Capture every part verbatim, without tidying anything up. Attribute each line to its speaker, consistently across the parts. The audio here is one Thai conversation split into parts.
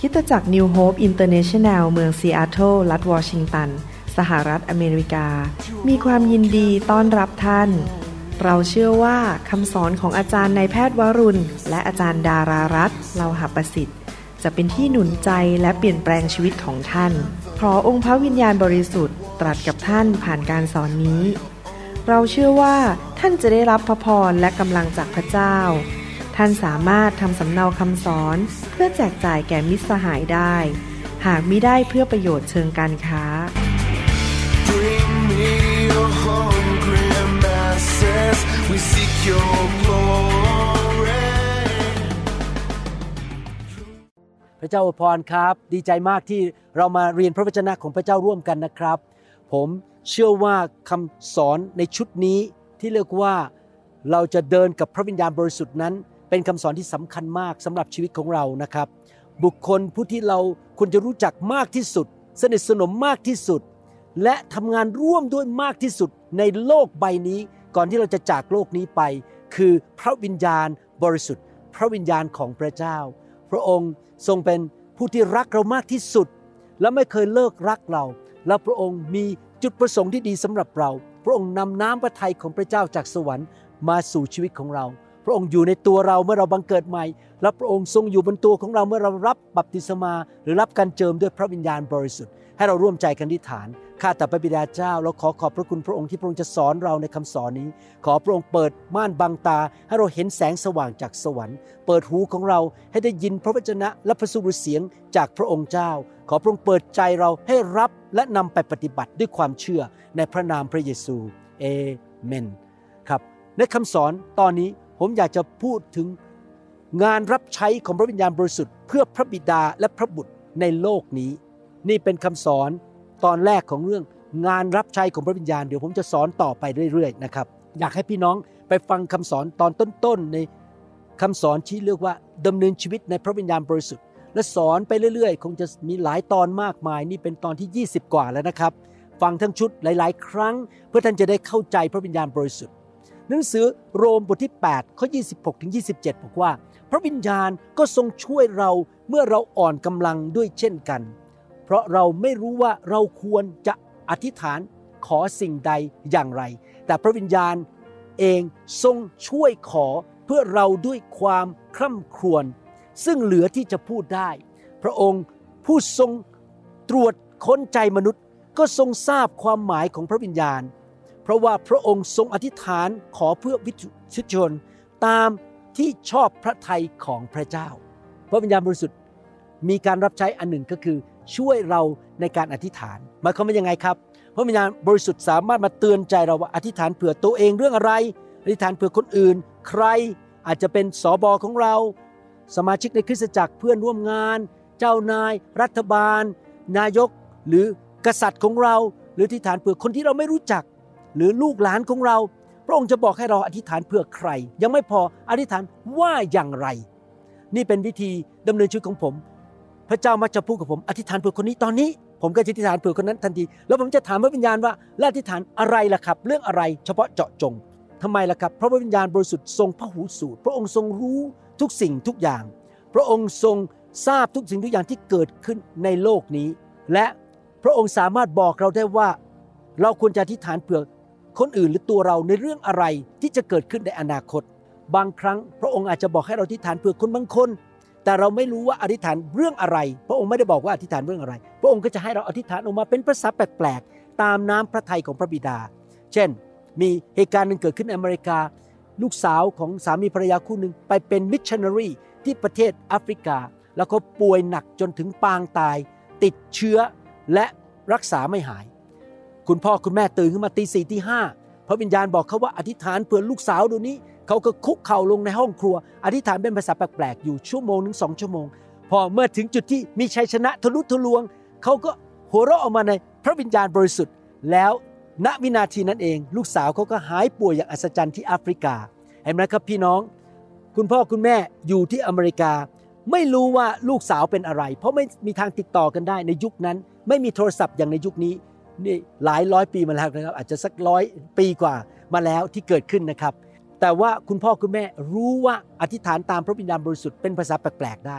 Speaker 1: คริสตจักร New Hope International เมืองซีแอตเทิลรัฐวอชิงตันสหรัฐอเมริกามีความยินดีต้อนรับท่านเราเชื่อว่าคำสอนของอาจารย์นายแพทย์วรุณและอาจารย์ดารารัตน์เลาหประสิทธิ์จะเป็นที่หนุนใจและเปลี่ยนแปลงชีวิตของท่านขอองค์พระวิญญาณบริสุทธิ์ตรัสกับท่านผ่านการสอนนี้เราเชื่อว่าท่านจะได้รับพระพรและกำลังจากพระเจ้าท่านสามารถทำสำเนาคำสอนเพื่อแจกจ่ายแก่มิตรสหายได้หากมิได้เพื่อประโยชน์เชิงการค้า
Speaker 2: พระเจ้าอวยพรครับดีใจมากที่เรามาเรียนพระวจนะของพระเจ้าร่วมกันนะครับผมเชื่อว่าคำสอนในชุดนี้ที่เรียกว่าเราจะเดินกับพระวิญญาณบริสุทธิ์นั้นเป็นคำสอนที่สำคัญมากสำหรับชีวิตของเรานะครับบุคคลผู้ที่เราควรจะรู้จักมากที่สุดสนิทสนมมากที่สุดและทำงานร่วมด้วยมากที่สุดในโลกใบนี้ก่อนที่เราจะจากโลกนี้ไปคือพระวิญญาณบริสุทธิ์พระวิญญาณของพระเจ้าพระองค์ทรงเป็นผู้ที่รักเรามากที่สุดและไม่เคยเลิกรักเราและพระองค์มีจุดประสงค์ที่ดีสำหรับเราพระองค์นำน้ำพระทัยของพระเจ้าจากสวรรค์มาสู่ชีวิตของเราพระองค์อยู่ในตัวเราเมื่อเราบังเกิดใหม่และพระองค์ทรงอยู่บนตัวของเราเมื่อเรารับบัพติศมาหรือรับการเจิมด้วยพระวิญญาณบริสุทธิ์ให้เราร่วมใจกันอธิษฐานข้าแต่พระบิดาเจ้าเราขอขอบพระคุณพระองค์ที่พระองค์จะสอนเราในคำสอนนี้ขอพระองค์เปิดม่านบังตาให้เราเห็นแสงสว่างจากสวรรค์เปิดหูของเราให้ได้ยินพระวจนะและพระสุรเสียงจากพระองค์เจ้าขอพระองค์เปิดใจเราให้รับและนำไปปฏิบัติด้วยความเชื่อในพระนามพระเยซูเอเมนครับในคำสอนตอนนี้ผมอยากจะพูดถึงงานรับใช้ของพระวิญญาณบริสุทธิ์เพื่อพระบิดาและพระบุตรในโลกนี้นี่เป็นคำสอนตอนแรกของเรื่องงานรับใช้ของพระวิญญาณเดี๋ยวผมจะสอนต่อไปเรื่อยๆนะครับอยากให้พี่น้องไปฟังคำสอนตอนต้นๆในคำสอนที่เรียกว่าดำเนินชีวิตในพระวิญญาณบริสุทธิ์และสอนไปเรื่อยๆคงจะมีหลายตอนมากมายนี่เป็นตอนที่ยี่สิบกว่าแล้วนะครับฟังทั้งชุดหลายๆครั้งเพื่อท่านจะได้เข้าใจพระวิญญาณบริสุทธิ์หนังสือโรมบทที่แปดข้อยี่สิบหกถึงยี่สิบเจ็ดบอกว่าพระวิญญาณก็ทรงช่วยเราเมื่อเราอ่อนกำลังด้วยเช่นกันเพราะเราไม่รู้ว่าเราควรจะอธิษฐานขอสิ่งใดอย่างไรแต่พระวิญญาณเองทรงช่วยขอเพื่อเราด้วยความคร่ำครวญซึ่งเหลือที่จะพูดได้พระองค์ผู้ทรงตรวจค้นใจมนุษย์ก็ทรงทราบความหมายของพระวิญญาณเพราะว่าพระองค์ทรงอธิษฐานขอเพื่อวิชุชนตามที่ชอบพระทัยของพระเจ้าพระวิญญาณบริสุทธิ์มีการรับใช้อันหนึ่งก็คือช่วยเราในการอธิษฐานหมายความว่ายังไงครับพระวิญญาณบริสุทธิ์สามารถมาเตือนใจเราว่าอธิษฐานเผื่อตัวเองเรื่องอะไรอธิษฐานเผื่อคนอื่นใครอาจจะเป็นสบของเราสมาชิกในคริสตจักรเพื่อนร่วมงานเจ้านายรัฐบาลนายกหรือกษัตริย์ของเราหรืออธิษฐานเผื่อคนที่เราไม่รู้จักหรือลูกหลานของเราพระองค์จะบอกให้เราอธิษฐานเพื่อใครยังไม่พออธิษฐานว่าอย่างไรนี่เป็นวิธีดำเนินชีวิตของผมพระเจ้ามักจะพูดกับผมอธิษฐานเผื่อคนนี้ตอนนี้ผมก็จะอธิษฐานเผื่อคนนั้นทันทีแล้วผมจะถามพระวิญญาณว่าและอธิษฐานอะไรล่ะครับเรื่องอะไรเฉพาะเจาะจงทำไมล่ะครับเพราะพระวิญญาณบริสุทธิ์ทรงพหูสูตรพระองค์ทรงรู้ทุกสิ่งทุกอย่างพระองค์ทรงทราบทุกสิ่งทุกอย่างที่เกิดขึ้นในโลกนี้และพระองค์สามารถบอกเราได้ว่าเราควรจะอธิษฐานเผื่อคนอื่นหรือตัวเราในเรื่องอะไรที่จะเกิดขึ้นในอนาคตบางครั้งพระองค์อาจจะบอกให้เราอธิษฐานเผื่อคนบางคนแต่เราไม่รู้ว่าอธิษฐานเรื่องอะไรพระองค์ไม่ได้บอกว่าอธิษฐานเรื่องอะไรพระองค์ก็จะให้เราอธิษฐานออกมาเป็นภาษาแปลกๆตามน้ำพระทัยของพระบิดาเช่นมีเหตุการณ์นึงเกิดขึ้นในอเมริกาลูกสาวของสามีภรรยาคู่นึงไปเป็นมิชชันนารีที่ประเทศแอฟริกาแล้วเขาป่วยหนักจนถึงปางตายติดเชื้อและรักษาไม่หายคุณพ่อคุณแม่ตื่นขึ้นมาตีสี่ตีห้าพระวิญญาณบอกเขาว่าอธิษฐานเพื่อลูกสาวดูนี้เขาก็คุกเข่าลงในห้องครัวอธิษฐานเป็นภาษาแปลกๆอยู่ชั่วโมงถึงสองชั่วโมงพอเมื่อถึงจุดที่มีชัยชนะทะลุทะลวงเขาก็หัวเราะออกมาในพระวิญญาณบริสุทธิ์แล้วณวินาทีนั้นเองลูกสาวเขาก็หายป่วยอย่างอัศจรรย์ที่แอฟริกาเห็นไหมครับพี่น้องคุณพ่อคุณแม่อยู่ที่อเมริกาไม่รู้ว่าลูกสาวเป็นอะไรเพราะไม่มีทางติดต่อกันได้ในยุคนั้นไม่มีโทรศัพท์อย่างในยุคนี้นี่หลายร้อยปีมาแล้วนะครับอาจจะสักร้อยปีกว่ามาแล้วที่เกิดขึ้นนะครับแต่ว่าคุณพ่อคุณแม่รู้ว่าอธิษฐานตามพระวิญญาณบริสุทธิ์เป็นภาษาแปลกๆได้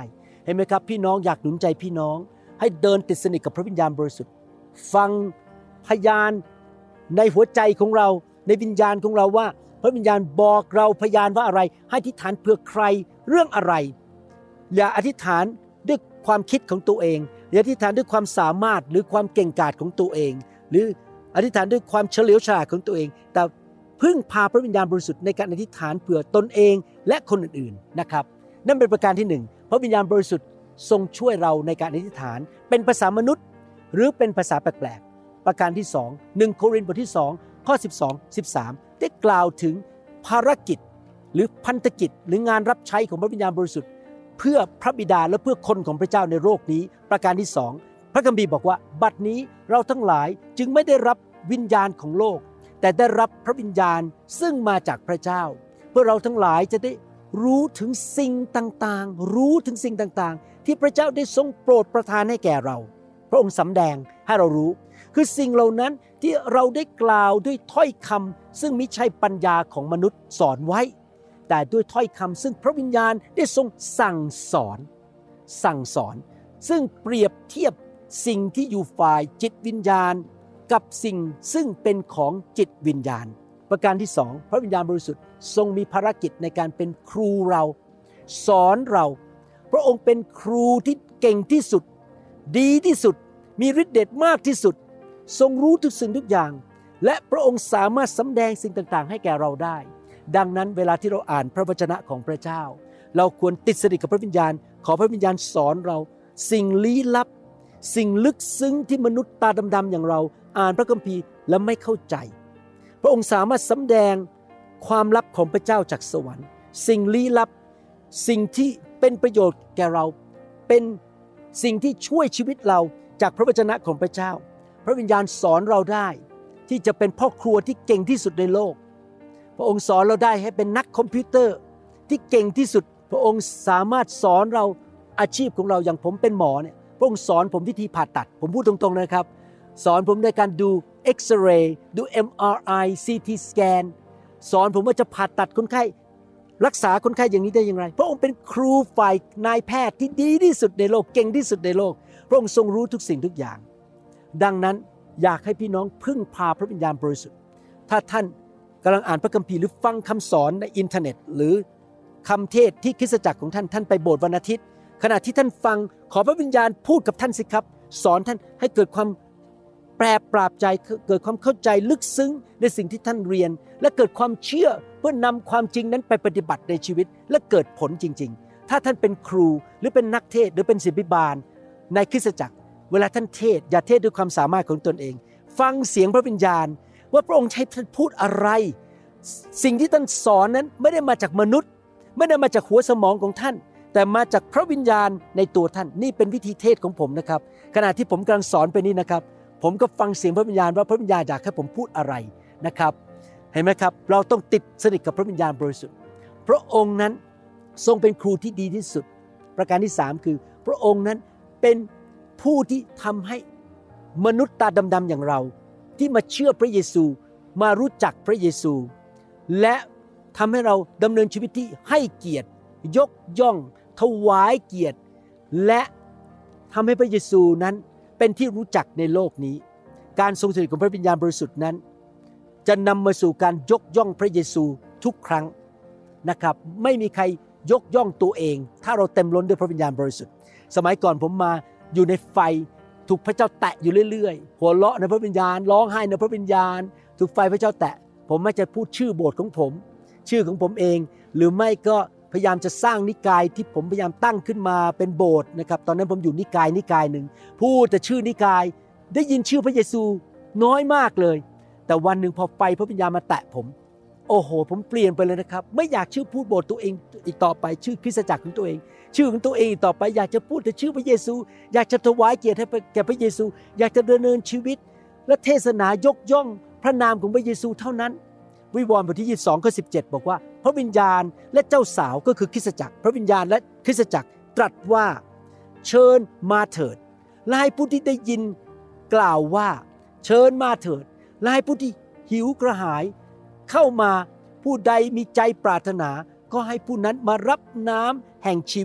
Speaker 2: เห็นไหมครับพี่น้องอยากหนุนใจพี่น้องให้เดินติดสนิทกับพระวิญญาณบริสุทธิ์ฟังพยานในหัวใจของเราในวิญญาณของเราว่าพระวิญญาณบอกเราพยานว่าอะไรให้อธิษฐานเพื่อใครเรื่องอะไรอย่าอธิษฐานด้วยความคิดของตัวเองอย่าอธิษฐานด้วยความสามารถหรือความเก่งกาจของตัวเองหรืออธิษฐานด้วยความเฉลียวฉลาดของตัวเองแต่พึ่งพาพระวิญญาณบริสุทธิ์ในการอธิษฐานเพื่อตนเองและคนอื่นๆนะครับนั่นเป็นประการที่หนึ่งพระวิญญาณบริสุทธิ์ทรงช่วยเราในการอธิษฐานเป็นภาษามนุษย์หรือเป็นภาษาแปลกๆประการที่สอง หนึ่งโครินธ์บทที่สองข้อสิบสอง สิบสามได้กล่าวถึงภารกิจหรือพันธกิจหรืองานรับใช้ของพระวิญญาณบริสุทธิ์เพื่อพระบิดาและเพื่อคนของพระเจ้าในโลกนี้ประการที่สองพระคัมภีร์บอกว่าบัดนี้เราทั้งหลายจึงไม่ได้รับวิญญาณของโลกแต่ได้รับพระวิญญาณซึ่งมาจากพระเจ้าเพื่อเราทั้งหลายจะได้รู้ถึงสิ่งต่างๆรู้ถึงสิ่งต่างๆที่พระเจ้าได้ทรงโปรดประทานให้แก่เราพระองค์สำแดงให้เรารู้คือสิ่งเหล่านั้นที่เราได้กล่าวด้วยถ้อยคำซึ่งมิใช่ปัญญาของมนุษย์สอนไว้แต่ด้วยถ้อยคำซึ่งพระวิญญาณได้ทรงสั่งสอนสั่งสอนซึ่งเปรียบเทียบสิ่งที่อยู่ฝ่ายจิตวิญญาณกับสิ่งซึ่งเป็นของจิตวิญญาณประการที่สองพระวิญญาณบริสุทธิ์ทรงมีภารกิจในการเป็นครูเราสอนเราพระองค์เป็นครูที่เก่งที่สุดดีที่สุดมีฤทธิ์เดชมากที่สุดทรงรู้ทุกสิ่งทุกอย่างและพระองค์สามารถสำแดงสิ่งต่างๆให้แก่เราได้ดังนั้นเวลาที่เราอ่านพระวจนะของพระเจ้าเราควรติดสนิทกับพระวิญญาณขอพระวิญญาณสอนเราสิ่งลี้ลับสิ่งลึกซึ้งที่มนุษย์ตาดำๆอย่างเราอ่านพระคัมภีร์และไม่เข้าใจพระองค์สามารถสำแดงความลับของพระเจ้าจากสวรรค์สิ่งลี้ลับสิ่งที่เป็นประโยชน์แก่เราเป็นสิ่งที่ช่วยชีวิตเราจากพระวจนะของพระเจ้าพระวิญญาณสอนเราได้ที่จะเป็นพ่อครัวที่เก่งที่สุดในโลกพระองค์สอนเราได้ให้เป็นนักคอมพิวเตอร์ที่เก่งที่สุดพระองค์สามารถสอนเราอาชีพของเราอย่างผมเป็นหมอเนี่ยพระองค์สอนผมวิธีผ่าตัดผมพูดตรงๆนะครับสอนผมในการดูเอ็กซเรย์ดู เอ็ม อาร์ ไอ ซี ที สแกนสอนผมว่าจะผ่าตัดคนไข้รักษาคนไข้อย่างนี้ได้อย่างไรพระองค์เป็นครูฝ่ายนายแพทย์ที่ดีที่สุดในโลกเก่งที่สุดในโลกพระองค์ทรงรู้ทุกสิ่งทุกอย่างดังนั้นอยากให้พี่น้องพึ่งพาพระวิญญาณบริสุทธิ์ถ้าท่านกำลังอ่านพระคัมภีร์หรือฟังคำสอนในอินเทอร์เน็ตหรือคำเทศที่คริสตจักรของท่านท่านไปโบสถ์วันอาทิตย์ขณะที่ท่านฟังขอพระวิญญาณพูดกับท่านสิครับสอนท่านให้เกิดความแปรปราบใจเกิดความเข้าใจลึกซึ้งในสิ่งที่ท่านเรียนและเกิดความเชื่อเพื่อนำความจริงนั้นไปปฏิบัติในชีวิตและเกิดผลจริงๆถ้าท่านเป็นครูหรือเป็นนักเทศหรือเป็นศิษย์บาลในคริสตจักรเวลาท่านเทศอย่าเทศด้วยความสามารถของตนเองฟังเสียงพระวิญญาณว่าพระองค์ใช้ท่านพูดอะไรสิ่งที่ท่านสอนนั้นไม่ได้มาจากมนุษย์ไม่ได้มาจากหัวสมองของท่านแต่มาจากพระวิญญาณในตัวท่านนี่เป็นวิธีเทศของผมนะครับขณะที่ผมกำลังสอนไปนี้นะครับผมก็ฟังเสียงพระวิญญาณว่าพระวิญญาณอยากให้ผมพูดอะไรนะครับเห็นไหมครับเราต้องติดสนิทกับพระวิญญาณบริสุทธิ์พระองค์นั้นทรงเป็นครูที่ดีที่สุดประการที่สามคือพระองค์นั้นเป็นผู้ที่ทำให้มนุษย์ตาดำๆอย่างเราที่มาเชื่อพระเยซูมารู้จักพระเยซูและทำให้เราดำเนินชีวิตที่ให้เกียรติยกย่องถวายเกียรติและทำให้พระเยซูนั้นเป็นที่รู้จักในโลกนี้การทรงสถิตของพระวิญญาณบริสุทธิ์นั้นจะนำมาสู่การยกย่องพระเยซูทุกครั้งนะครับไม่มีใครยกย่องตัวเองถ้าเราเต็มล้นด้วยพระวิญญาณบริสุทธิ์สมัยก่อนผมมาอยู่ในไฟถูกพระเจ้าแตะอยู่เรื่อยๆหัวเราะในพระวิญญาณร้องไห้ในพระวิญญาณถูกไฟพระเจ้าแตะผมไม่จะพูดชื่อโบสถ์ของผมชื่อของผมเองหรือไม่ก็พยายามจะสร้างนิกายที่ผมพยายามตั้งขึ้นมาเป็นโบสถ์นะครับตอนนั้นผมอยู่นิกายนิกายหนึ่งพูดแต่ชื่อนิกายได้ยินชื่อพระเยซูน้อยมากเลยแต่วันหนึ่งพอไฟพระวิญญาณมาแตะผมโอ้โหผมเปลี่ยนไปเลยนะครับไม่อยากชื่อพูดโบสถ์ตัวเองอีกต่อไปชื่อคริสตจักรของตัวเองชื่อของตัวเองต่อไปอยากจะพูดแต่ชื่อพระเยซูอยากจะถวายเกียรติให้แก่พระเยซูอยากจะดำเนินชีวิตและเทศนายกย่องพระนามของพระเยซูเท่านั้นวิวรณ์บทที่ยี่สิบสองข้อสิบเจ็ดบอกว่าพระวิญญาณและเจ้าสาวก็คือคริสตจักรพระวิญญาณและคริสตจักรตรัสว่าเชิญมาเถิดและให้ผู้ที่ได้ยินกล่าวว่าเชิญมาเถิดและให้ผู้ที่หิวกระหายเข้ามาผู้ใดมีใจปรารถนาก็ให้ผู้นั้นมารับน้ำแห่งชีวิต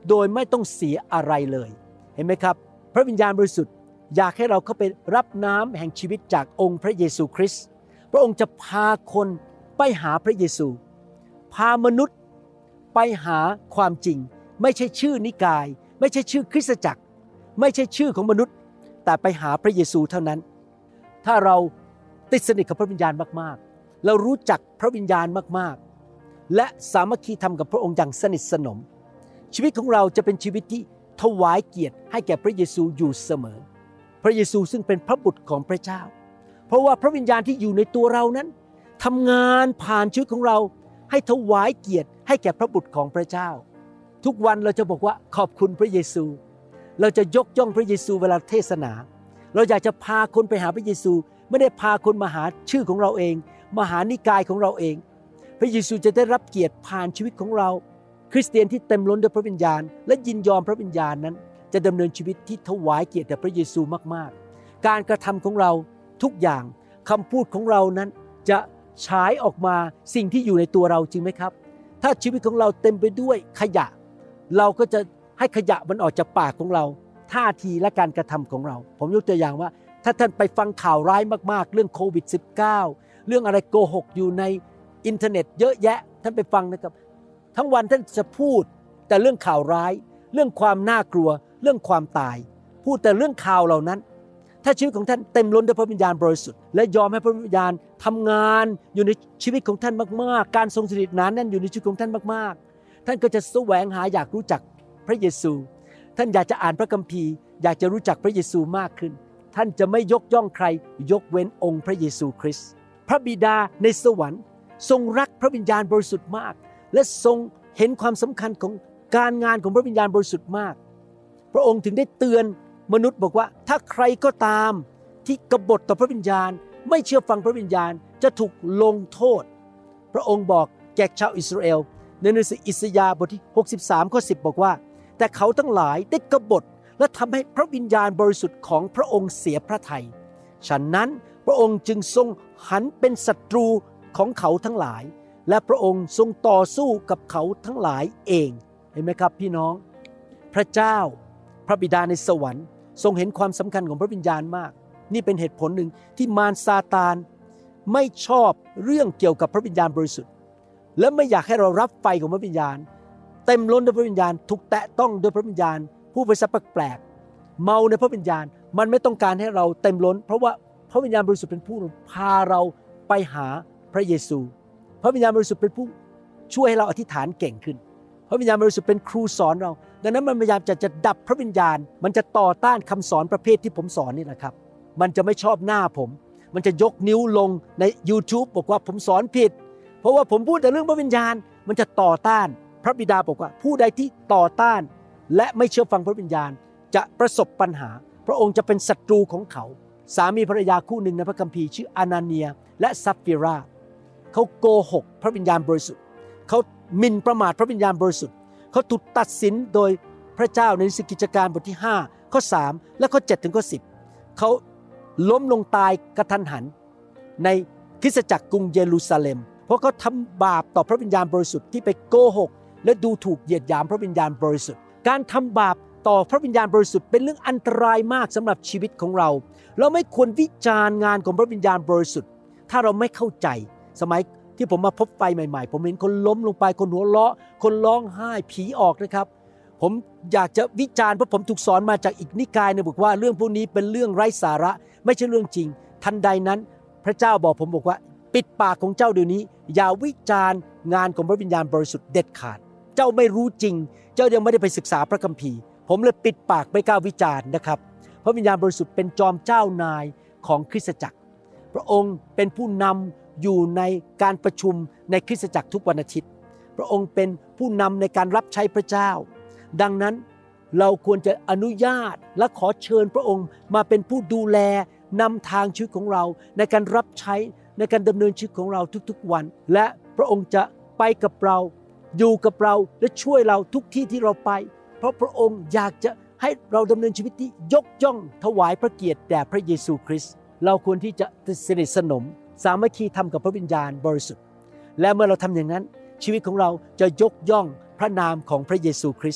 Speaker 2: โดยไม่ต้องเสียอะไรเลยเห็นไหมครับพระวิญญาณบริสุทธิ์อยากให้เราเข้าไปรับน้ำแห่งชีวิตจากองค์พระเยซูคริสต์พระองค์จะพาคนไปหาพระเยซูพามนุษย์ไปหาความจริงไม่ใช่ชื่อนิกายไม่ใช่ชื่อคริสตจักรไม่ใช่ชื่อของมนุษย์แต่ไปหาพระเยซูเท่านั้นถ้าเราติดสนิทกับพระวิญญาณมากๆเรารู้จักพระวิญญาณมากๆและสามัคคีธรรมกับพระองค์อย่างสนิทสนมชีวิตของเราจะเป็นชีวิตที่ถวายเกียรติให้แก่พระเยซูอยู่เสมอพระเยซูซึ่งเป็นพระบุตรของพระเจ้าเพราะว่าพระวิญญาณที่อยู่ในตัวเรานั้นทำงานผ่านชีวิตของเราให้ถวายเกียรติให้แก่พระบุตรของพระเจ้าทุกวันเราจะบอกว่าขอบคุณพระเยซูเราจะยกย่องพระเยซูเวลาเทศนาเราอยากจะพาคนไปหาพระเยซูไม่ได้พาคนมาหาชื่อของเราเองมาหานิกายของเราเองพระเยซูจะได้รับเกียรติผ่านชีวิตของเราคริสเตียนที่เต็มล้นด้วยพระวิญญาณและยินยอมพระวิญญาณนั้นจะดำเนินชีวิตที่ถวายเกียรติแด่พระเยซูมากๆการกระทำของเราทุกอย่างคำพูดของเรานั้นจะฉายออกมาสิ่งที่อยู่ในตัวเราจริงไหมครับถ้าชีวิตของเราเต็มไปด้วยขยะเราก็จะให้ขยะมันออกจากปากของเราท่าทีและการกระทำของเราผมยกตัวอย่างว่าถ้าท่านไปฟังข่าวร้ายมากๆเรื่องโควิด สิบเก้า เรื่องอะไรโกหกอยู่ในอินเทอร์เน็ตเยอะแยะท่านไปฟังนะครับทั้งวันท่านจะพูดแต่เรื่องข่าวร้ายเรื่องความน่ากลัวเรื่องความตายพูดแต่เรื่องข่าวเหล่านั้นถ้าชีวิตของท่านเต็มล้นด้วยพระวิญญาณบริสุทธิ์และยอมให้พระวิญญาณทำงานอยู่ในชีวิตของท่านมากๆการทรงสถิตหนาแน่นอยู่ในชีวิตของท่านมากๆท่านก็จะแสวงหาอยากรู้จักพระเยซูท่านอยากจะอ่านพระคัมภีร์อยากจะรู้จักพระเยซูมากขึ้นท่านจะไม่ยกย่องใครยกเว้นองค์พระเยซูคริสต์พระบิดาในสวรรค์ทรงรักพระวิญญาณบริสุทธิ์มากและทรงเห็นความสำคัญของการงานของพระวิญญาณบริสุทธิ์มากพระองค์ถึงได้เตือนมนุษย์บอกว่าถ้าใครก็ตามที่กบฏต่อพระวิญญาณไม่เชื่อฟังพระวิญญาณจะถูกลงโทษพระองค์บอกแก่ชาวอิสราเอลในหนังสืออิสยาห์บทที่หกสิบสามข้อสิบบอกว่าแต่เขาทั้งหลายได้กบฏและทำให้พระวิญญาณบริสุทธิ์ของพระองค์เสียพระทัยฉะนั้นพระองค์จึงทรงหันเป็นศัตรูของเขาทั้งหลายและพระองค์ทรงต่อสู้กับเขาทั้งหลายเองเห็นไหมครับพี่น้องพระเจ้าพระบิดาในสวรรค์ทรงเห็นความสำคัญของพระวิญญาณมากนี่เป็นเหตุผลหนึ่งที่มารซาตานไม่ชอบเรื่องเกี่ยวกับพระวิญญาณบริสุทธิ์และไม่อยากให้เรารับไฟของพระวิญญาณเต็มล้นด้วยพระวิญญาณถูกแตะต้องด้วยพระวิญญาณผู้ภาษาแปลกๆเมาในพระวิญญาณมันไม่ต้องการให้เราเต็มล้นเพราะว่าพระวิญญาณบริสุทธิ์เป็นผู้พาเราไปหาพระเยซูพระวิญญาณบริสุทธิ์เป็นผู้ช่วยให้เราอธิษฐานเก่งขึ้นพระวิญญาณบริสุทธิ์เป็นครูสอนเราดังนั้นมันพยายามจะจะดับพระวิญญาณมันจะต่อต้านคำสอนประเภทที่ผมสอนนี่แหละครับมันจะไม่ชอบหน้าผมมันจะยกนิ้วลงใน YouTube บอกว่าผมสอนผิดเพราะว่าผมพูดแต่เรื่องพระวิญญาณมันจะต่อต้านพระบิดาบอกว่าผู้ใดที่ต่อต้านและไม่เชื่อฟังพระวิญญาณจะประสบปัญหาพระองค์จะเป็นศัตรูของเขาสามีภรรยาคู่หนึ่งในพระคัมภีร์ชื่ออานาเนียและซัฟฟิราเขาโกหกพระวิญญาณบริสุทธิ์เขาหมิ่นประมาทพระวิญญาณบริสุทธิ์เขาถูกตัดสินโดยพระเจ้าในหนังสือกิจการบทที่ห้าข้อสามและข้อเจ็ดถึงข้อสิบเขาล้มลงตายกระทันหันในคริสตจักรกรุงเยรูซาเล็มเพราะเขาทำบาปต่อพระวิญญาณบริสุทธิ์ที่ไปโกหกและดูถูกเหยียดหยามพระวิญญาณบริสุทธิ์การทำบาปต่อพระวิญญาณบริสุทธิ์เป็นเรื่องอันตรายมากสำหรับชีวิตของเราเราไม่ควรวิจารณ์งานของพระวิญญาณบริสุทธิ์ถ้าเราไม่เข้าใจสมัยที่ผมมาพบไฟใหม่ๆผมเห็นคนล้มลงไปคนหัวเราะคนร้องไห้ผีออกนะครับผมอยากจะวิจารณ์เพราะผมถูกสอนมาจากอีกนิกายนึงบอกว่าเรื่องพวกนี้เป็นเรื่องไร้สาระไม่ใช่เรื่องจริงทันใดนั้นพระเจ้าบอกผมบอกว่าปิดปากของเจ้าเดี๋ยวนี้อย่าวิจารณ์งานของพระวิญญาณบริสุทธิ์เด็ดขาดเจ้าไม่รู้จริงเจ้ายังไม่ได้ไปศึกษาพระคัมภีร์ผมเลยปิดปากไม่กล้าวิจารณ์นะครับพระวิญญาณบริสุทธิ์เป็นจอมเจ้านายของคริสตจักรพระองค์เป็นผู้นำอยู่ในการประชุมในคริสตจักรทุกวันอาทิตย์พระองค์เป็นผู้นำในการรับใช้พระเจ้าดังนั้นเราควรจะอนุญาตและขอเชิญพระองค์มาเป็นผู้ดูแลนำทางชีวิตของเราในการรับใช้ในการดำเนินชีวิตของเราทุกๆวันและพระองค์จะไปกับเราอยู่กับเราและช่วยเราทุกที่ที่เราไปเพราะพระองค์อยากจะให้เราดำเนินชีวิตที่ยกย่องถวายพระเกียรติแด่พระเยซูคริสต์เราควรที่จะสนิทสนมสามัคคีธรรมกับพระวิญญาณบริสุทธิ์และเมื่อเราทำอย่างนั้นชีวิตของเราจะยกย่องพระนามของพระเยซูคริสต์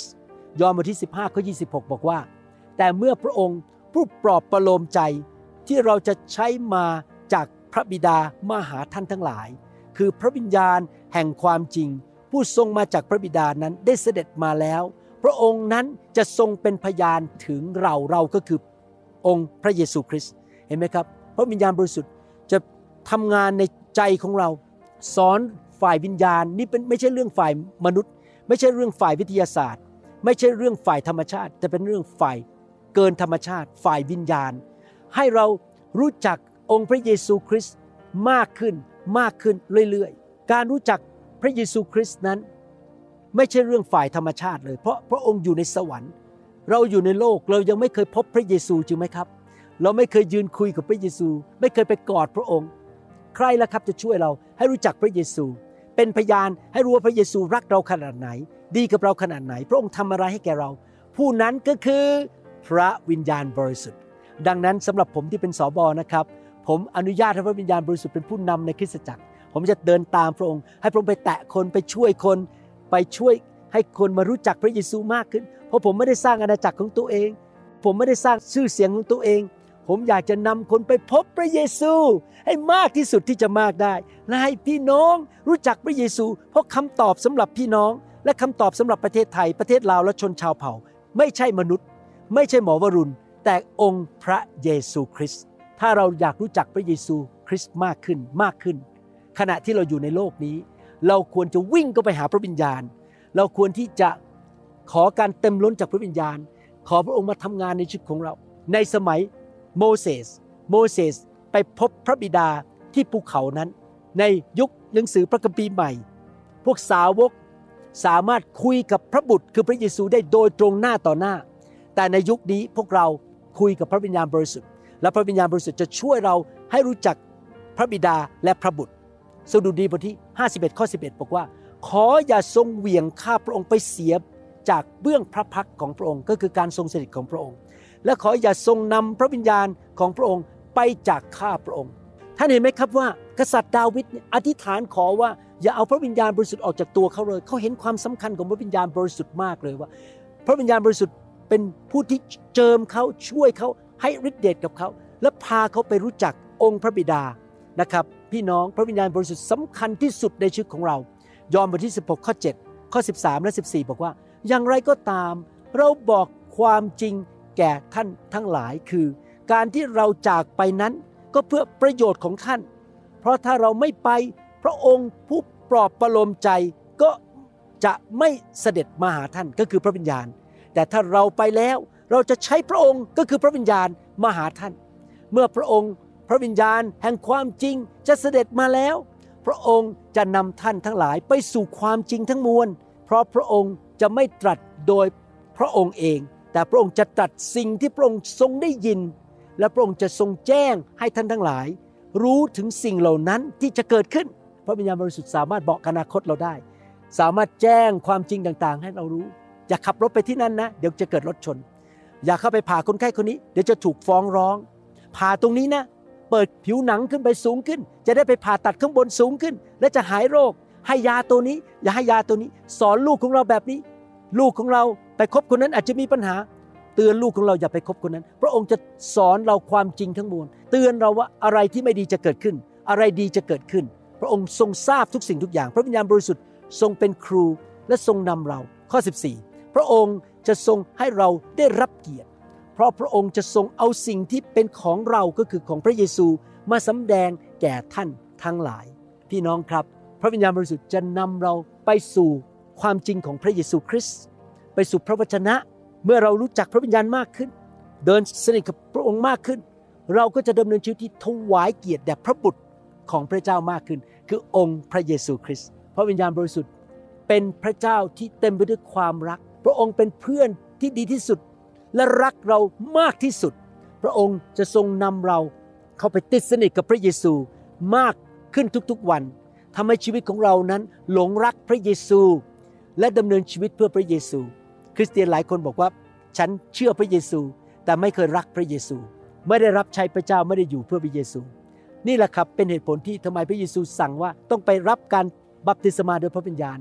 Speaker 2: ยอห์นบทที่สิบห้าข้อยี่สิบหกบอกว่าแต่เมื่อพระองค์ผู้ปลอบประโลมใจที่เราจะใช้มาจากพระบิดามาหาท่านทั้งหลายคือพระวิญญาณแห่งความจริงผู้ทรงมาจากพระบิดานั้นได้เสด็จมาแล้วพระองค์นั้นจะทรงเป็นพยานถึงเราเราก็คือองค์พระเยซูคริสต์เห็นไหมครับพระวิญญาณบริสุทธิ์จะทำงานในใจของเราสอนฝ่ายวิญญาณนี่เป็นไม่ใช่เรื่องฝ่ายมนุษย์ไม่ใช่เรื่องฝ่ายวิทยาศาสตร์ไม่ใช่เรื่องฝ่ายธรรมชาติแต่เป็นเรื่องฝ่ายเกินธรรมชาติฝ่ายวิญญาณให้เรารู้จักองค์พระเยซูคริสต์มากขึ้นมากขึ้นเรื่อยๆการรู้จักพระเยซูคริสต์นั้นไม่ใช่เรื่องฝ่ายธรรมชาติเลยเพราะพระองค์อยู่ในสวรรค์เราอยู่ในโลกเรายังไม่เคยพบพระเยซูจริงไหมครับเราไม่เคยยืนคุยกับพระเยซูไม่เคยไปกอดพระองค์ใครล่ะครับจะช่วยเราให้รู้จักพระเยซูเป็นพยานให้รู้ว่าพระเยซูรักเราขนาดไหนดีกับเราขนาดไหนพระองค์ทำอะไรให้แก่เราผู้นั้นก็คือพระวิญญาณบริสุทธิ์ดังนั้นสำหรับผมที่เป็นสบนะครับผมอนุญาตให้พระวิญญาณบริสุทธิ์เป็นผู้นำในคริสตจักรผมจะเดินตามพระองค์ให้พระองค์ไปแตะคนไปช่วยคนไปช่วยให้คนมารู้จักพระเยซูมากขึ้นเพราะผมไม่ได้สร้างอาณาจักรของตัวเองผมไม่ได้สร้างชื่อเสียงของตัวเองผมอยากจะนำคนไปพบพระเยซูให้มากที่สุดที่จะมากได้และให้พี่น้องรู้จักพระเยซูเพราะคำตอบสำหรับพี่น้องและคำตอบสำหรับประเทศไทยประเทศลาวและชนชาวเผ่าไม่ใช่มนุษย์ไม่ใช่หมอวรุณแต่องค์พระเยซูคริสต์ถ้าเราอยากรู้จักพระเยซูคริสต์มากขึ้นมากขึ้นขณะที่เราอยู่ในโลกนี้เราควรจะวิ่งเข้าไปหาพระวิญญาณเราควรที่จะขอการเต็มล้นจากพระวิญญาณขอพระองค์มาทำงานในชีวิตของเราในสมัยโมเสสโมเสสไปพบพระบิดาที่ภูเขานั้นในยุคหนังสือพระคัมภีร์ใหม่พวกสาวกสามารถคุยกับพระบุตรคือพระเยซูได้โดยตรงหน้าต่อหน้าแต่ในยุคนี้พวกเราคุยกับพระวิญญาณบริสุทธิ์และพระวิญญาณบริสุทธิ์จะช่วยเราให้รู้จักพระบิดาและพระบุตรสดุดีบทที่ห้าสิบเอ็ดข้อสิบเอ็ดบอกว่าขออย่าทรงเหวี่ยงข้าพระองค์ไปเสียจากเบื้องพระพักตร์ของพระองค์ก็คือการทรงสถิตของพระองค์และขออย่าทรงนำพระวิญญาณของพระองค์ไปจากข้าพระองค์ท่านเห็นไหมครับว่ากษัตริย์ดาวิดอธิษฐานขอว่าอย่าเอาพระวิญญาณบริสุทธิ์ออกจากตัวเขาเลยเขาเห็นความสำคัญของพระวิญญาณบริสุทธิ์มากเลยว่าพระวิญญาณบริสุทธิ์เป็นผู้ที่เจิมเขาช่วยเขาให้ฤทธิ์เดชกับเขาและพาเขาไปรู้จักองค์พระบิดานะครับพี่น้องพระวิญญาณบริสุทธิ์สำคัญที่สุดในชีวิตของเรายอห์นบทที่สิบหกข้อเจ็ดข้อสิบสามและสิบสี่บอกว่าอย่างไรก็ตามเราบอกความจริงแก่ท่านทั้งหลายคือการที่เราจากไปนั้นก็เพื่อประโยชน์ของท่านเพราะถ้าเราไม่ไปพระองค์ผู้ปลอบประโลมใจก็จะไม่เสด็จมาหาท่านก็คือพระวิญญาณแต่ถ้าเราไปแล้วเราจะใช้พระองค์ก็คือพระวิญญาณมาหาท่านเมื่อพระองค์พระวิญญาณแห่งความจริงจะเสด็จมาแล้วพระองค์จะนำท่านทั้งหลายไปสู่ความจริงทั้งมวลเพราะพระองค์จะไม่ตรัสโดยพระองค์เองแต่พระองค์จะตรัสสิ่งที่พระองค์ทรงได้ยินและพระองค์จะทรงแจ้งให้ท่านทั้งหลายรู้ถึงสิ่งเหล่านั้นที่จะเกิดขึ้นพระวิญญาณบริสุทธิ์สามารถบอกอนาคตเราได้สามารถแจ้งความจริงต่างๆให้เรารู้อย่าขับรถไปที่นั่นนะเดี๋ยวจะเกิดรถชนอย่าเข้าไปผ่าคนไข้คนนี้เดี๋ยวจะถูกฟ้องร้องผ่าตรงนี้นะเปิดผิวหนังขึ้นไปสูงขึ้นจะได้ไปผ่าตัดข้างบนสูงขึ้นและจะหายโรคให้ยาตัวนี้อย่าให้ยาตัวนี้สอนลูกของเราแบบนี้ลูกของเราไปคบคนนั้นอาจจะมีปัญหาเตือนลูกของเราอย่าไปคบคนนั้นพระองค์จะสอนเราความจริงทั้งมวลเตือนเราว่าอะไรที่ไม่ดีจะเกิดขึ้นอะไรดีจะเกิดขึ้นพระองค์ทรงทราบทุกสิ่งทุกอย่างพระวิญญาณบริสุทธิ์ทรงเป็นครูและทรงนำเราข้อสิบสี่พระองค์จะทรงให้เราได้รับเกียรติเพราะพระองค์จะทรงเอาสิ่งที่เป็นของเราก็คือของพระเยซูมาสำแดงแก่ท่านทั้งหลายพี่น้องครับพระวิญญาณบริสุทธิ์จะนำเราไปสู่ความจริงของพระเยซูคริสต์ไปสู่พระวจนะเมื่อเรารู้จักพระวิญญาณมากขึ้นเดินสนิทกับพระองค์มากขึ้นเราก็จะดำเนินชีวิตที่ถวายเกียรติแด่พระบุตรของพระเจ้ามากขึ้นคือองค์พระเยซูคริสต์พระวิญญาณบริสุทธิ์เป็นพระเจ้าที่เต็มไปด้วยความรักพระองค์เป็นเพื่อนที่ดีที่สุดและรักเรามากที่สุดพระองค์จะทรงนำเราเข้าไปติดสนิทกับพระเยซูมากขึ้นทุกๆวันทำให้ชีวิตของเรานั้นหลงรักพระเยซูและดำเนินชีวิตเพื่อพระเยซูคริสเตียนหลายคนบอกว่าฉันเชื่อพระเยซูแต่ไม่เคยรักพระเยซูไม่ได้รับใช้พระเจ้าไม่ได้อยู่เพื่อพระเยซูนี่แหละครับเป็นเหตุผลที่ทำไมพระเยซูสั่งว่าต้องไปรับการบัพติศมาโดยพระวิญญาณ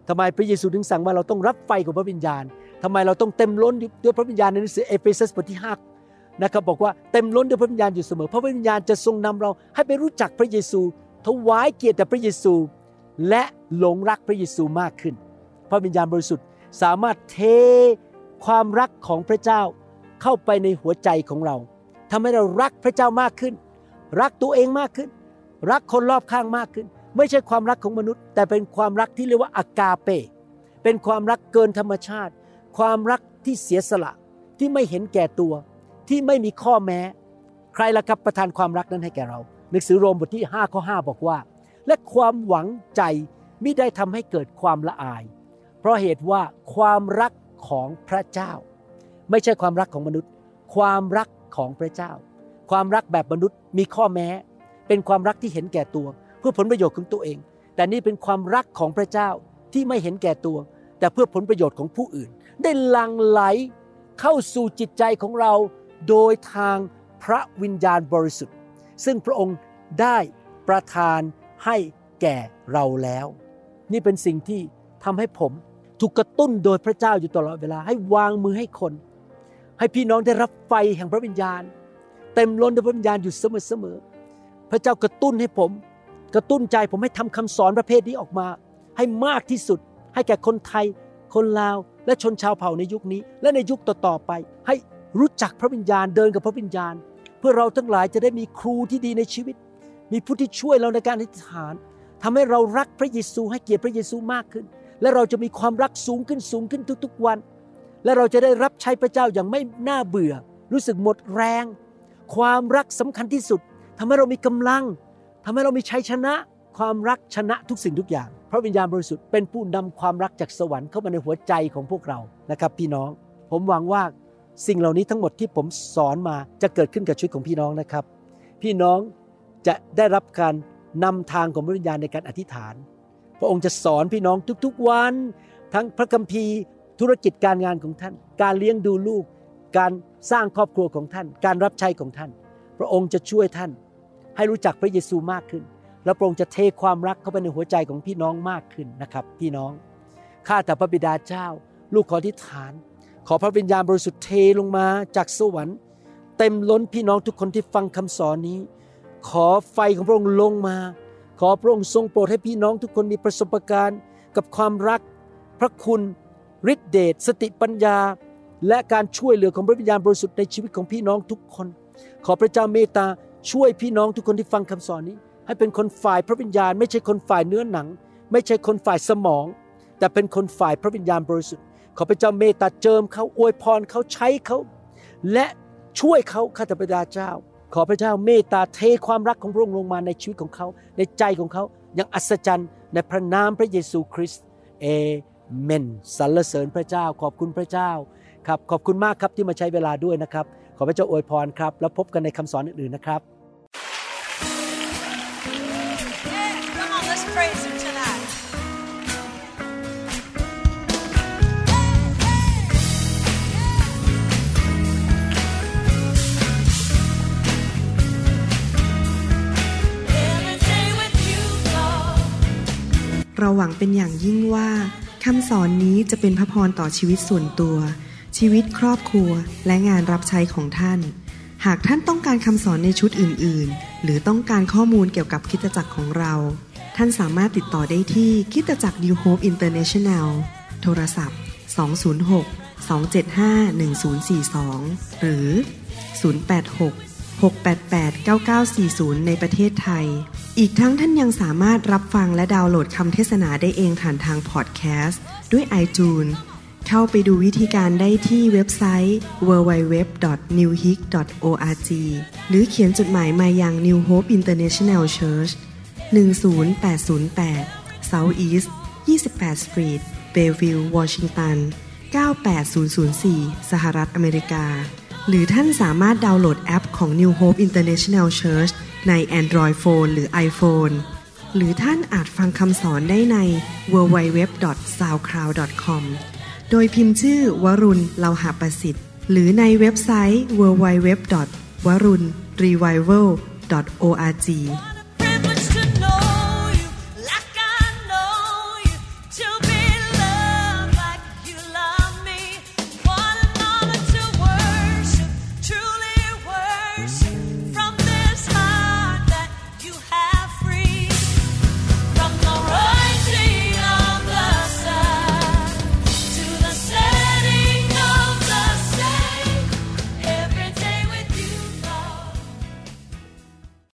Speaker 2: ทำไมพระเยซูถึงสั่งว่าเราต้องรับไฟของพระวิญญาณทำไมเราต้องเต็มล้นด้วยพระวิญญาณในหนังสือเอเฟซัสบทที่ห้านะครับบอกว่าเต็มล้นด้วยพระวิญญาณอยู่เสมอเพราะพระวิญญาณจะทรงนำเราให้ไปรู้จักพระเยซูถวายเกียรติแด่พระเยซูและหลงรักพระเยซูมากขึ้นพระวิญญาณบริสุทธิ์สามารถเทความรักของพระเจ้าเข้าไปในหัวใจของเราทำให้เรารักพระเจ้ามากขึ้นรักตัวเองมากขึ้นรักคนรอบข้างมากขึ้นไม่ใช่ความรักของมนุษย์แต่เป็นความรักที่เรียกว่าอากาเปเป็นความรักเกินธรรมชาติความรักที่เสียสละที่ไม่เห็นแก่ตัวที่ไม่มีข้อแม้ใครล่ะครับประทานความรักนั้นให้แก่เราหนังสือโรมบทที่ห้าข้อห้าบอกว่าและความหวังใจมิได้ทำให้เกิดความละอายเพราะเหตุว่าความรักของพระเจ้าไม่ใช่ความรักของมนุษย์ความรักของพระเจ้าความรักแบบมนุษย์มีข้อแม้เป็นความรักที่เห็นแก่ตัวเพื่อผลประโยชน์ของตัวเองแต่นี่เป็นความรักของพระเจ้าที่ไม่เห็นแก่ตัวแต่เพื่อผลประโยชน์ของผู้อื่นได้หลั่งไหลเข้าสู่จิตใจของเราโดยทางพระวิญญาณบริสุทธิ์ซึ่งพระองค์ได้ประทานให้แก่เราแล้วนี่เป็นสิ่งที่ทำให้ผมถูกกระตุ้นโดยพระเจ้าอยู่ตลอดเวลาให้วางมือให้คนให้พี่น้องได้รับไฟแห่งพระวิญญาณเต็มล้นด้วยพระวิญญาณอยู่เสมอๆพระเจ้ากระตุ้นให้ผมกระตุ้นใจผมให้ทำคำสอนประเภทนี้ออกมาให้มากที่สุดให้แก่คนไทยคนลาวและชนชาวเผ่าในยุคนี้และในยุคต่อๆไปให้รู้จักพระวิญญาณเดินกับพระวิญญาณเพื่อเราทั้งหลายจะได้มีครูที่ดีในชีวิตมีผู้ที่ช่วยเราในการอธิษฐานทำให้เรารักพระเยซูให้เกียรติพระเยซูมากขึ้นและเราจะมีความรักสูงขึ้นสูงขึ้นทุกๆวันและเราจะได้รับใช้พระเจ้าอย่างไม่น่าเบื่อรู้สึกหมดแรงความรักสำคัญที่สุดทำให้เรามีกำลังทำให้เรามีชัยชนะความรักชนะทุกสิ่งทุกอย่างพระวิญญาณบริสุทธิ์เป็นผู้นำความรักจากสวรรค์เข้ามาในหัวใจของพวกเรานะครับพี่น้องผมหวังว่าสิ่งเหล่านี้ทั้งหมดที่ผมสอนมาจะเกิดขึ้นกับชีวิตของพี่น้องนะครับพี่น้องจะได้รับการนำทางของพระวิญญาณในการอธิษฐานพระองค์จะสอนพี่น้องทุกๆวันทั้งพระคัมภีร์ธุรกิจการงานของท่านการเลี้ยงดูลูกการสร้างครอบครัวของท่านการรับใช้ของท่านพระองค์จะช่วยท่านให้รู้จักพระเยซูมากขึ้นและพระองค์จะเทความรักเข้าไปในหัวใจของพี่น้องมากขึ้นนะครับพี่น้องข้าแต่พระบิดาเจ้าลูกขออธิษฐานขอพระวิญญาณบริสุทธิ์เทลงมาจากสวรรค์เต็มล้นพี่น้องทุกคนที่ฟังคำสอนนี้ขอไฟของพระองค์ลงมาขอพระองค์ทรงโปรดให้พี่น้องทุกคนมีประสบการณ์กับความรักพระคุณฤทธิเดชสติปัญญาและการช่วยเหลือของพระวิญญาณบริสุทธิ์ในชีวิตของพี่น้องทุกคนขอพระเจ้าเมตตาช่วยพี่น้องทุกคนที่ฟังคำสอนนี้ให้เป็นคนฝ่ายพระวิญญาณไม่ใช่คนฝ่ายเนื้อหนังไม่ใช่คนฝ่ายสมองแต่เป็นคนฝ่ายพระวิญญาณบริสุทธิ์ขอพระเจ้าเมตตาเจิมเขาอวยพรเขาใช้เขาและช่วยเขาข้าแต่พระบิดาเจ้าขอพระเจ้าเมตตาเทความรักของพระองค์ลงมาในชีวิตของเขาในใจของเขาอย่างอัศจรรย์ในพระนามพระเยซูคริสต์เอเมนสรรเสริญพระเจ้าขอบคุณพระเจ้าครับขอบคุณมากครับที่มาใช้เวลาด้วยนะครับขอพระเจ้าอวยพรครับแล้วพบกันในคำสอนอื่นๆนะครับ
Speaker 3: Come on, let's praise him tonight.
Speaker 1: เราหวังเป็นอย่างยิ่งว่าคำสอนนี้จะเป็นพระพรต่อชีวิตส่วนตัวชีวิตครอบครัวและงานรับใช้ของท่านหากท่านต้องการคำสอนในชุดอื่นๆหรือต้องการข้อมูลเกี่ยวกับคริสตจักรของเราท่านสามารถติดต่อได้ที่คริสตจักร New Hope International โทรศัพท์สอง ศูนย์ หก สอง เจ็ด ห้า หนึ่ง ศูนย์ สี่ สองหรือศูนย์ แปด หก หก แปด แปด เก้า เก้า สี่ ศูนย์ในประเทศไทยอีกทั้งท่านยังสามารถรับฟังและดาวน์โหลดคำเทศนาได้เองผ่านทางพอดแคสต์ด้วย iTunes เข้าไปดูวิธีการได้ที่เว็บไซต์ ดับเบิลยู ดับเบิลยู ดับเบิลยู ดอท นิว โฮป ดอท โอ อาร์ จี หรือเขียนจดหมายมายัง New Hope International Church หนึ่ง ศูนย์ แปด ศูนย์ แปด South East ยี่สิบแปด Street Bellevue Washington เก้า แปด ศูนย์ ศูนย์ สี่ สหรัฐอเมริกาหรือท่านสามารถดาวน์โหลดแอปของ New Hope International Church ใน Android Phone หรือ iPhone หรือท่านอาจฟังคำสอนได้ใน ดับเบิลยู ดับเบิลยู ดับเบิลยู ดอท ซาวด์คลาวด์ ดอท คอม โดยพิมพ์ชื่อวรุณเลาหะประสิทธิ์หรือในเว็บไซต์ ดับเบิลยู ดับเบิลยู ดับเบิลยู ดอท วรุณ รีไววัล ดอท โอ อาร์ จี